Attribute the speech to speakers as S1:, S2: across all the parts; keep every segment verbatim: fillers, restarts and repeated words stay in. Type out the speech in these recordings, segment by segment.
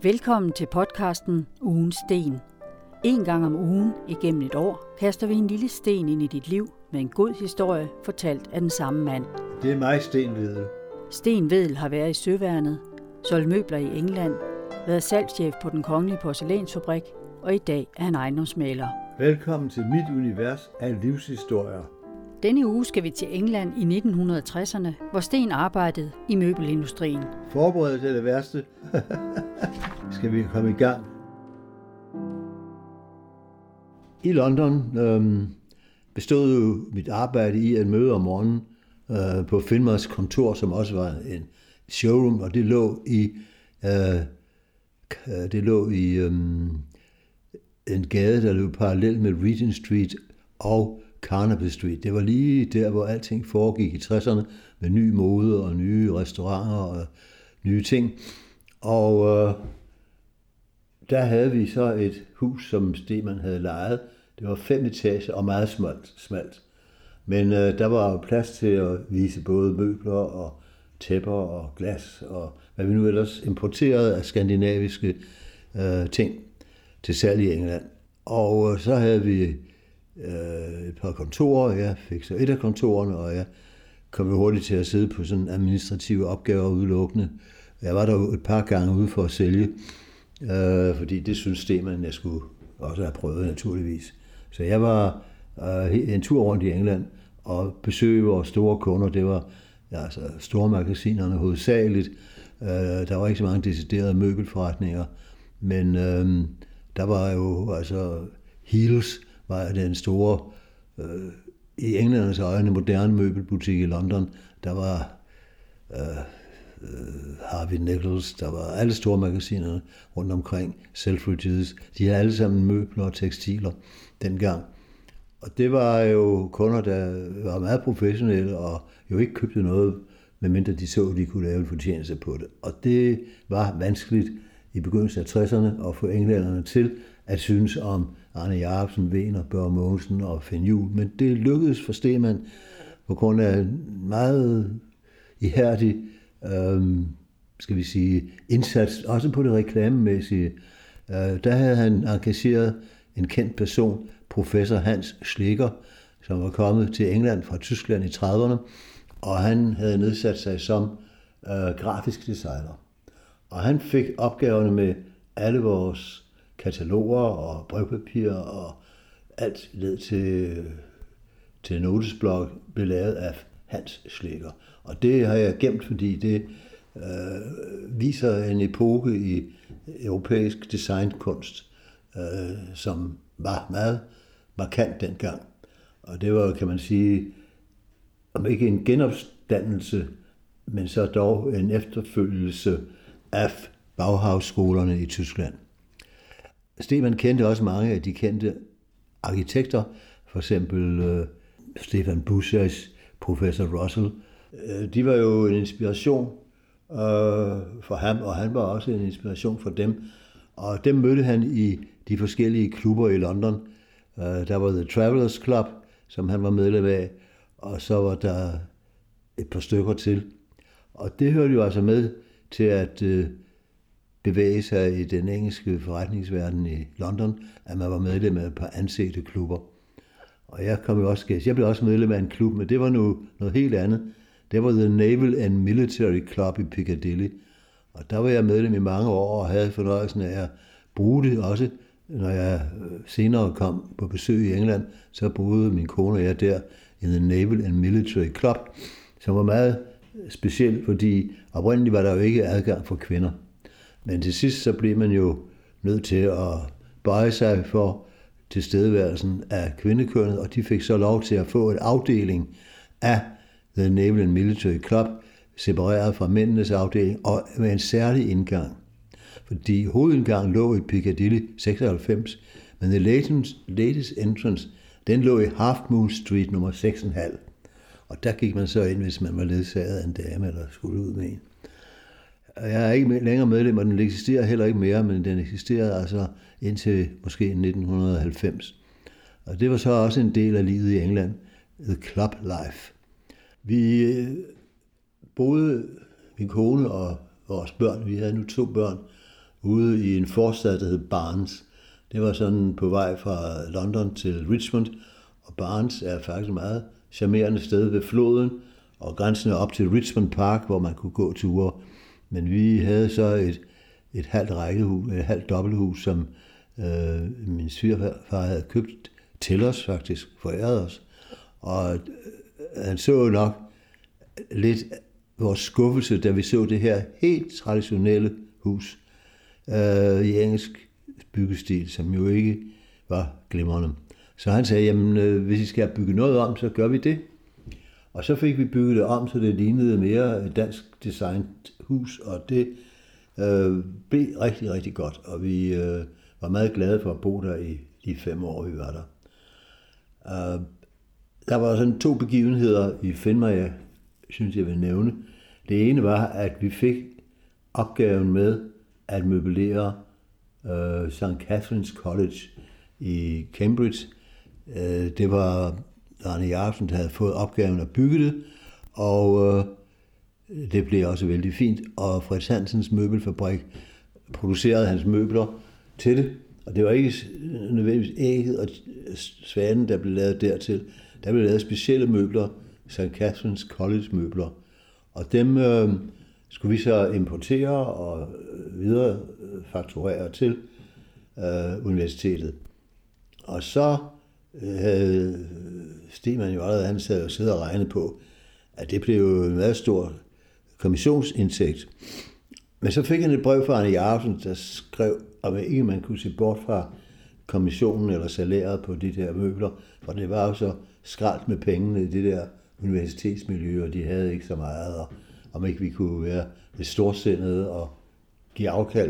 S1: Velkommen til podcasten Ugens Sten. En gang om ugen igennem et år kaster vi en lille sten ind i dit liv med en god historie fortalt af den samme mand.
S2: Det er mig, Sten Vedel.
S1: Sten Vedel har været i Søværnet, solgt møbler i England, været salgschef på Den Kongelige Porcelænsfabrik, og i dag er han ejendomsmægler.
S2: Velkommen til mit univers af livshistorier.
S1: Denne uge skal vi til England i nitten tresserne, hvor Sten arbejdede i møbelindustrien.
S2: Forbered til det værste. Skal vi komme i gang? I London øh, bestod jo mit arbejde i at møde om morgenen øh, på Finmars kontor, som også var en showroom, og det lå i øh, det lå i øh, en gade, der løb parallelt med Regent Street og Carnaby Street. Det var lige der, hvor alting foregik i tresserne med ny mode og nye restauranter og nye ting. Og øh, der havde vi så et hus, som Stemann havde lejet. Det var fem etager og meget smalt. smalt. Men øh, der var jo plads til at vise både møbler og tæpper og glas og hvad vi nu ellers importerede af skandinaviske øh, ting til salg i England. Og øh, så havde vi øh, et par kontorer. Jeg fik så et af kontorerne, og jeg kom hurtigt til at sidde på sådan administrative opgaver udelukkende. Jeg var der jo et par gange ude for at sælge, øh, fordi det synes Stemann, jeg skulle også have prøvet naturligvis. Så jeg var øh, en tur rundt i England og besøgte vores store kunder. Det var ja, altså store magasinerne hovedsageligt. Øh, der var ikke så mange deciderede møbelforretninger, men øh, der var jo altså Heal's var den store øh, i englændernes øjne moderne møbelbutik i London. Der var øh, Harvey Nichols, der var alle store magasinerne rundt omkring, Selfridges, de havde alle sammen møbler og tekstiler dengang. Og det var jo kunder, der var meget professionelle og jo ikke købte noget, medmindre de så, at de kunne lave en fortjeneste på det. Og det var vanskeligt i begyndelsen af tresserne at få englænderne til at synes om Arne Jacobsen, Wehner, Børge Mogensen og Finn Juhl. Men det lykkedes for Stemann på grund af meget ihærdig Øhm, skal vi sige, indsats, også på det reklamemæssige. Øh, der havde han engageret en kendt person, professor Hans Schlegel, som var kommet til England fra Tyskland i trediverne, og han havde nedsat sig som øh, grafisk designer. Og han fik opgaverne med alle vores kataloger og brevpapir og alt ned til, til notesblok blev lavet af Hans Schlegel. Og det har jeg gemt, fordi det øh, viser en epoke i europæisk designkunst, øh, som var meget markant dengang. Og det var, kan man sige, om ikke en genopstandelse, men så dog en efterfølgelse af Bauhaus-skolerne i Tyskland. Stemann kendte også mange af de kendte arkitekter, for eksempel øh, Stefan Buschers, professor Russell. De var jo en inspiration øh, for ham, og han var også en inspiration for dem. Og dem mødte han i de forskellige klubber i London. Øh, der var The Travelers Club, som han var medlem af, og så var der et par stykker til. Og det hørte jo altså med til at øh, bevæge sig i den engelske forretningsverden i London, at man var medlem af et par ansete klubber. Og jeg kom jo også, jeg blev også medlem af en klub, men det var noget, noget helt andet. Det var The Naval and Military Club i Piccadilly. Og der var jeg medlem i mange år og havde fornøjelsen af at bruge det også. Når jeg senere kom på besøg i England, så boede min kone og jeg der i The Naval and Military Club, som var meget speciel, fordi oprindeligt var der jo ikke adgang for kvinder. Men til sidst så blev man jo nødt til at bøje sig for tilstedeværelsen af kvindekønnet, og de fik så lov til at få en afdeling af The Naval and Military Club, separeret fra mændenes afdeling, og med en særlig indgang. Fordi hovedindgangen lå i Piccadilly seksoghalvfems, men the latest, latest entrance, den lå i Half Moon Street nummer seks komma fem. Og der gik man så ind, hvis man var ledsaget af en dame, eller skulle ud med en. Jeg er ikke længere medlem, og den eksisterer heller ikke mere, men den eksisterede altså indtil måske nitten halvfems. Og det var så også en del af livet i England, The Club Life. Vi boede, min kone og vores børn, vi havde nu to børn, ude i en forstad, der hed Barnes. Det var sådan på vej fra London til Richmond, og Barnes er faktisk et meget charmerende sted ved floden, og grænsen er op til Richmond Park, hvor man kunne gå ture. Men vi havde så et, et halvt rækkehus, et halvt dobbelthus, som øh, min svigerfar havde købt til os faktisk, foræret os. Og øh, han så nok lidt vores skuffelse, da vi så det her helt traditionelle hus øh, i engelsk byggestil, som jo ikke var glimrende. Så han sagde, jamen øh, hvis I skal bygge noget om, så gør vi det. Og så fik vi bygget det om, så det lignede mere et dansk designet hus, og det øh, blev rigtig, rigtig godt. Og vi øh, var meget glade for at bo der i de fem år, vi var der. Uh, der var sådan to begivenheder i Finnmark, jeg synes, jeg vil nævne. Det ene var, at vi fik opgaven med at møblere uh, Sankt Catherine's College i Cambridge. Uh, det var Arne Jacobsen, der havde fået opgaven at bygge det, og uh, det blev også vældig fint. Og Frits Hansens møbelfabrik producerede hans møbler til det. Og det var ikke nødvendigvis ægget og svanen, der blev lavet dertil. Der blev lavet specielle møbler, Sankt Catherine's College møbler. Og dem øh, skulle vi så importere og videre fakturere til øh, universitetet. Og så øh, havde Stemann jo allerede, han sad og siddet og regnet på, at det blev jo en meget stor kommissionsindtægt. Men så fik han et brev fra Arne Jacobsen, der skrev, om ikke man kunne se bort fra kommissionen eller salæret på de der møbler, for det var jo så skralt med pengene i det der universitetsmiljø, og de havde ikke så meget, og om ikke vi kunne være lidt storsindede og give afkald.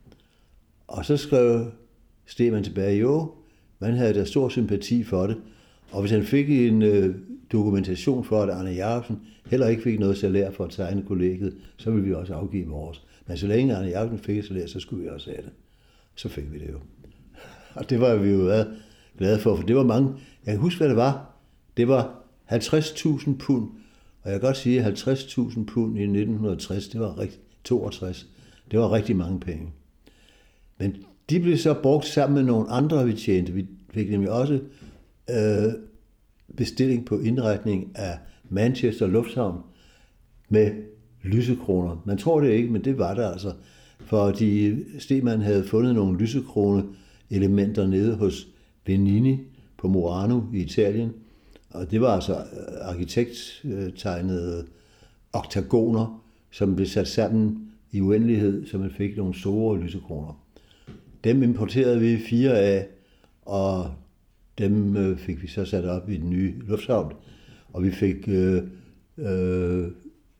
S2: Og så skrev Stemann tilbage, jo, man havde da stor sympati for det, og hvis han fik en øh, dokumentation for, at Arne Jacobsen heller ikke fik noget salær for at tegne kollegiet, så ville vi også afgive vores. Men så længe Arne Jacobsen fik et salær, så skulle vi også have det. Så fik vi det jo. Og det var vi jo glade for, for det var mange. Jeg kan huske, hvad det var. Det var halvtreds tusind pund, og jeg kan godt sige, at halvtreds tusind pund i nitten tres, det var rigtig, toogtres, det var rigtig mange penge. Men de blev så brugt sammen med nogle andre, vi tjente. Vi fik nemlig også øh, bestilling på indretning af Manchester Lufthavn med lysekroner. Man tror det ikke, men det var der altså. Fordi Stemann havde fundet nogle lysekrone-elementer nede hos Benini på Murano i Italien. Og det var altså arkitekttegnede oktagoner, som blev sat sammen i uendelighed, så man fik nogle store lysekroner. Dem importerede vi fire af, og dem fik vi så sat op i den nye lufthavn. Og vi fik øh, øh,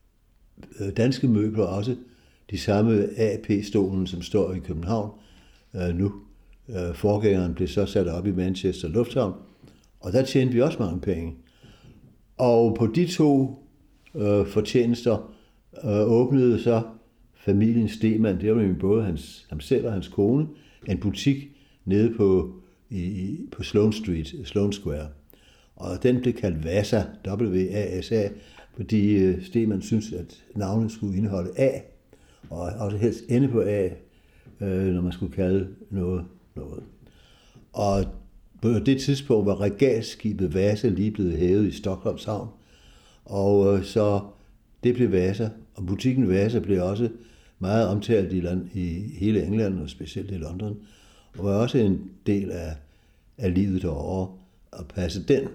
S2: danske møbler også, de samme A P-stolen, som står i København øh, nu. Øh, forgængeren blev så sat op i Manchester Lufthavn, og der tjente vi også mange penge. Og på de to øh, fortjenester øh, åbnede så familien Stemann, det var nemlig både hans, ham selv og hans kone, en butik nede på, i, på Sloane Street, Sloane Square. Og den blev kaldt Vasa, W A S A, fordi Stemann syntes, at navnet skulle indeholde A, og også helst ende på A, når man skulle kalde noget noget. Og på det tidspunkt var regalskibet Vasa lige blevet hævet i Stockholms havn, og så det blev Vasa, og butikken Vasa blev også meget omtalt i, land, i hele England, og specielt i London, og var også en del af, af livet derovre at passe den.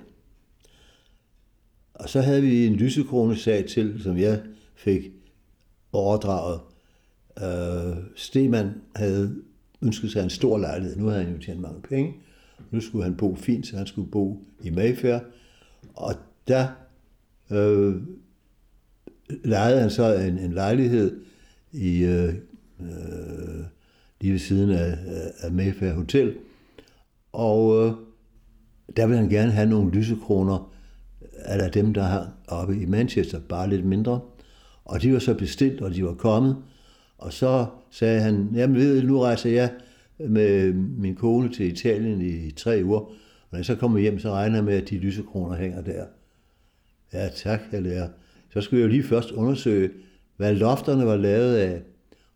S2: Og så havde vi en lysekronesag til, som jeg fik overdraget. Øh, Stemann havde ønsket sig en stor lejlighed. Nu havde han jo tjent mange penge. Nu skulle han bo fint, så han skulle bo i Mayfair. Og der øh, lejede han så en, en lejlighed i øh, øh, lige ved siden af, af Mayfair Hotel. Og øh, der ville han gerne have nogle lysekroner af dem, der har oppe i Manchester, bare lidt mindre. Og de var så bestilt, og de var kommet. Og så sagde han, jamen ved nu rejser jeg med min kone til Italien i tre uger. Og når jeg så kommer hjem, så regner jeg med, at de lysekroner hænger der. Ja, tak, jeg lærer. Så skulle jeg jo lige først undersøge, hvad lofterne var lavet af.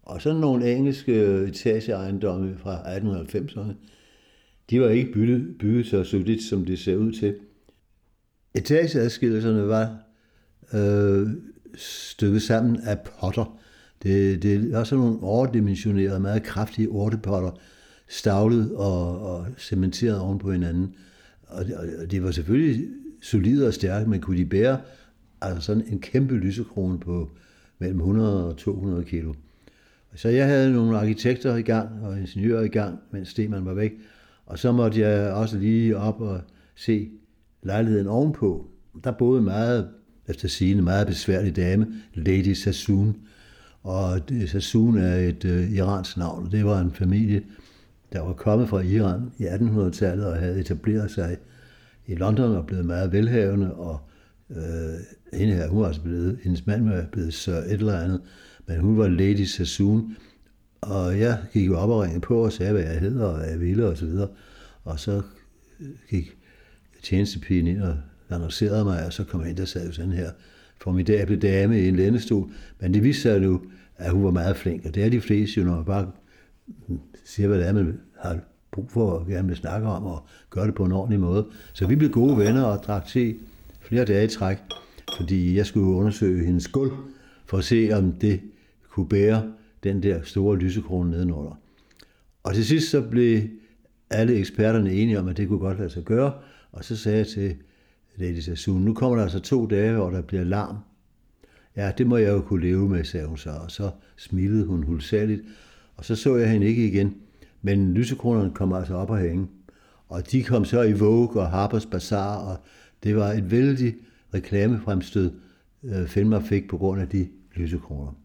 S2: Og sådan nogle engelske etageejendomme fra atten halvfemserne, de var ikke bygget, bygget så solidt, som det ser ud til. Etageadskillelserne var øh, stykket sammen af potter. Det, det var sådan nogle overdimensionerede, meget kraftige urtepotter, stavlet og, og cementeret oven på hinanden. Og det, og det var selvfølgelig solide og stærke, men kunne de bære altså sådan en kæmpe lysekrone på mellem hundrede og to hundrede kilo. Så jeg havde nogle arkitekter i gang og ingeniører i gang, mens Stemann var væk. Og så måtte jeg også lige op og se lejligheden ovenpå. Der boede meget, efter sigende, meget besværlig dame, Lady Sassoon. Og det, Sassoon er et uh, iransk navn. Det var en familie, der var kommet fra Iran i attenhundredetallet og havde etableret sig i London og blevet meget velhavende. Og øh, hende her, hun var altså blevet, hendes mand var blevet Sir et eller andet, men hun var Lady Sassoon. Og jeg gik jo op og ringede på og sagde, hvad jeg hedder og hvad jeg ville og så videre. Og så gik tjenestepigen ind og annoncerede mig, og så kom jeg ind, der sad jo sådan her formidable dame i en lænestol. Men det viste sig nu, at hun var meget flink, og det er de fleste jo, når man bare siger, hvad det er, man har brug for og gerne vil snakke om, og gøre det på en ordentlig måde. Så vi blev gode venner og drak te flere dage i træk, fordi jeg skulle undersøge hendes gulv, for at se, om det kunne bære den der store lysekrone nedenunder. Og til sidst så blev alle eksperterne enige om, at det kunne godt lade sig gøre, og så sagde jeg til Lady Sassoon, nu kommer der altså to dage, hvor der bliver larm. Ja, det må jeg jo kunne leve med, sagde hun så, og så smilede hun hulsaligt, og så så jeg hende ikke igen. Men lysekronerne kom altså op og hænge, og de kom så i Vogue og Harper's Bazaar, og det var et vældig reklamefremstød, øh, Fenmer fik på grund af de lysekroner.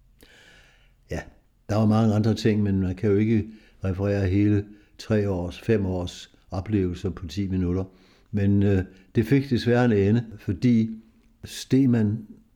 S2: Ja, der var mange andre ting, men man kan jo ikke referere hele tre års, fem års oplevelser på ti minutter. Men øh, det fik desværre en ende, fordi Stemann,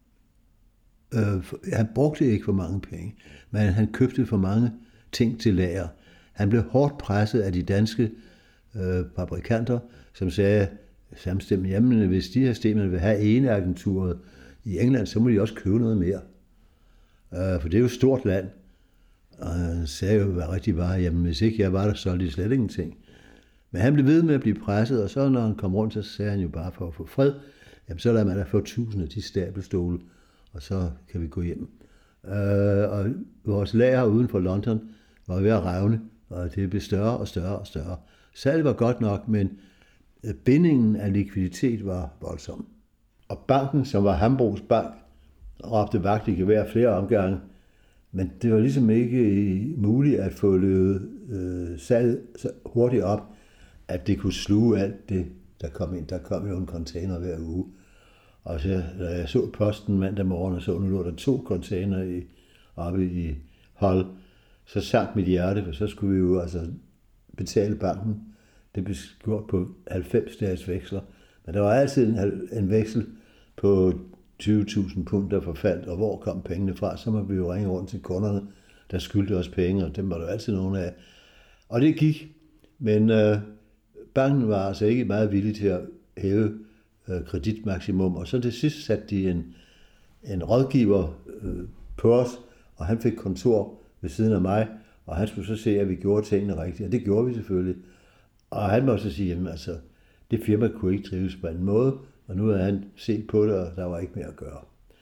S2: øh, han brugte ikke for mange penge, men han købte for mange ting til lager. Han blev hårdt presset af de danske øh, fabrikanter, som sagde samstemmende, jamen hvis de her Stemann vil have ene agenturet i England, så må de også købe noget mere. Øh, for det er jo et stort land. Og han sagde jo, hvad rigtig var, jamen hvis ikke jeg var der, så er det slet ingenting. Men han blev ved med at blive presset, og så når han kom rundt, så sagde han jo bare for at få fred, jamen så lader man da få tusind af de stabelstole, og så kan vi gå hjem. Øh, og vores lager uden for London var ved at revne, og det blev større og større og større. Salget var godt nok, men bindingen af likviditet var voldsom. Og banken, som var Hambros Bank, råbte vagt i gevær flere omgange, men det var ligesom ikke muligt at få løbet øh, salget så hurtigt op, at det kunne sluge alt det, der kom ind. Der kom jo en container hver uge. Og så, da jeg så posten mandag morgen, og så nu lå der to container i, oppe i Hull, så sank mit hjerte, for så skulle vi jo altså betale banken. Det blev gjort på halvfems dages veksler. Men der var altid en, en veksel på tyve tusind pund, der forfaldt, og hvor kom pengene fra? Så må vi jo ringe rundt til kunderne, der skyldte os penge, og dem var der altid nogen af. Og det gik, men øh, banken var altså ikke meget villig til at hæve øh, kreditmaksimum, og så til sidst satte de en, en rådgiver øh, på os, og han fik kontor ved siden af mig, og han skulle så se, at vi gjorde tingene rigtigt, og det gjorde vi selvfølgelig. Og han må så sige, at altså, det firma kunne ikke drives på en måde, og nu havde han set på det, og der var ikke mere at gøre.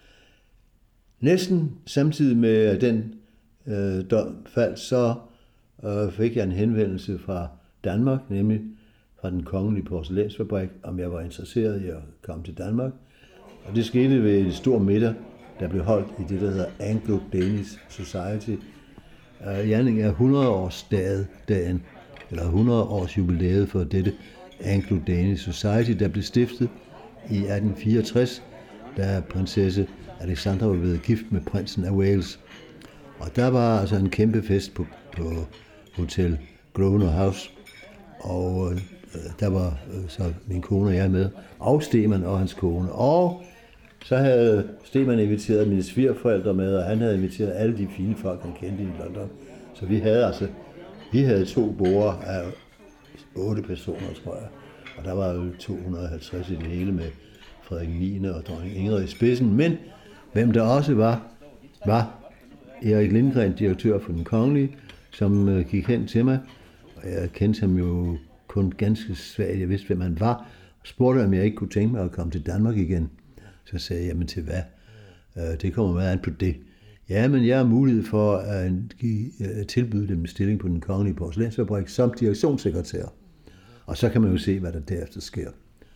S2: Næsten samtidig med den øh, dom faldt, så øh, fik jeg en henvendelse fra Danmark, nemlig fra den kongelige porcelænsfabrik, om jeg var interesseret i at komme til Danmark. Og det skete ved en stor middag, der blev holdt i det, der hedder Anglo-Danish Society. Øh, I anledning af hundrede-årsdagen, eller hundrede-års jubilæet for dette Anglo-Danish Society, der blev stiftet i atten fireogtres, da prinsesse Alexandra var blevet gift med prinsen af Wales. Og der var altså en kæmpe fest på, på Hotel Grosvenor House, og øh, der var øh, så min kone og jeg med, og Stemann og hans kone. Og så havde Stemann inviteret mine svigerforældre med, og han havde inviteret alle de fine folk, han kendte i London. Så vi havde altså, vi havde to borde af otte personer, tror jeg. Og der var jo to hundrede og halvtreds i det hele med Frederik niende og dronning Ingrid i spidsen. Men hvem der også var, var Erik Lindgren, direktør for Den Kongelige, som øh, gik hen til mig. Og jeg kendte ham jo kun ganske svagt. Jeg vidste, hvem han var. Og spurgte, om jeg ikke kunne tænke mig at komme til Danmark igen. Så sagde jeg, jamen til hvad? Øh, det kommer meget an på det. Ja, men jeg har mulighed for at give, uh, tilbyde dem en stilling på Den Kongelige Porcelænsfabrik som direktionssekretær. Og så kan man jo se, hvad der derefter sker.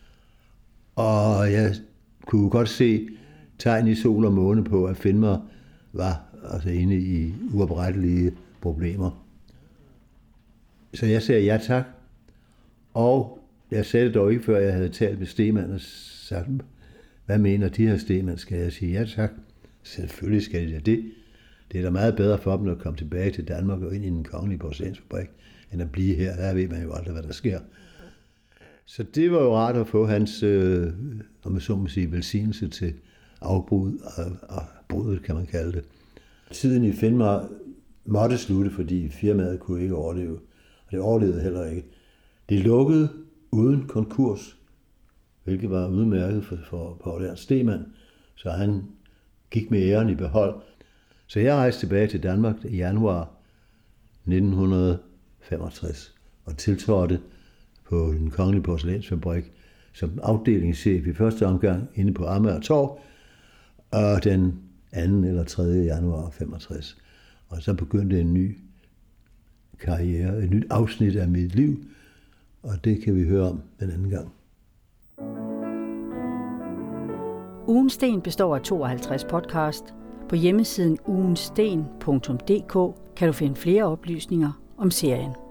S2: Og jeg kunne godt se tegn i sol og måne på, at Fenmer var altså inde i uoprettelige problemer. Så jeg sagde ja tak. Og jeg sagde det dog ikke, før jeg havde talt med Stemann og sagt, hvad mener de her Stemann? Skal jeg sige ja tak? Selvfølgelig skal de det. Det er da meget bedre for dem at komme tilbage til Danmark og ind i Den Kongelige Porcelænsfabrik, end at blive her. Der ved man jo aldrig, hvad der sker. Så det var jo rart at få hans, øh, om man så må sige, velsignelse til afbrud og, og brudet, kan man kalde det. Tiden i Fenmer måtte slutte, fordi firmaet kunne ikke overleve. Og det overlevede heller ikke. Det lukkede uden konkurs, hvilket var udmærket for, for Poul Ernst Stemann, så han gik med æren i behold. Så jeg rejste tilbage til Danmark i januar nitten femogtres og tiltrådte på Den Kongelige Porcelænsfabrik som afdelingschef i første omgang inde på Amager Torv, og den anden eller tredje januar femogtres. Og så begyndte en ny karriere, et nyt afsnit af mit liv, og det kan vi høre om en anden gang.
S1: Ugens Sten består af tooghalvtreds podcast. På hjemmesiden ugensten punktum d k kan du finde flere oplysninger om serien.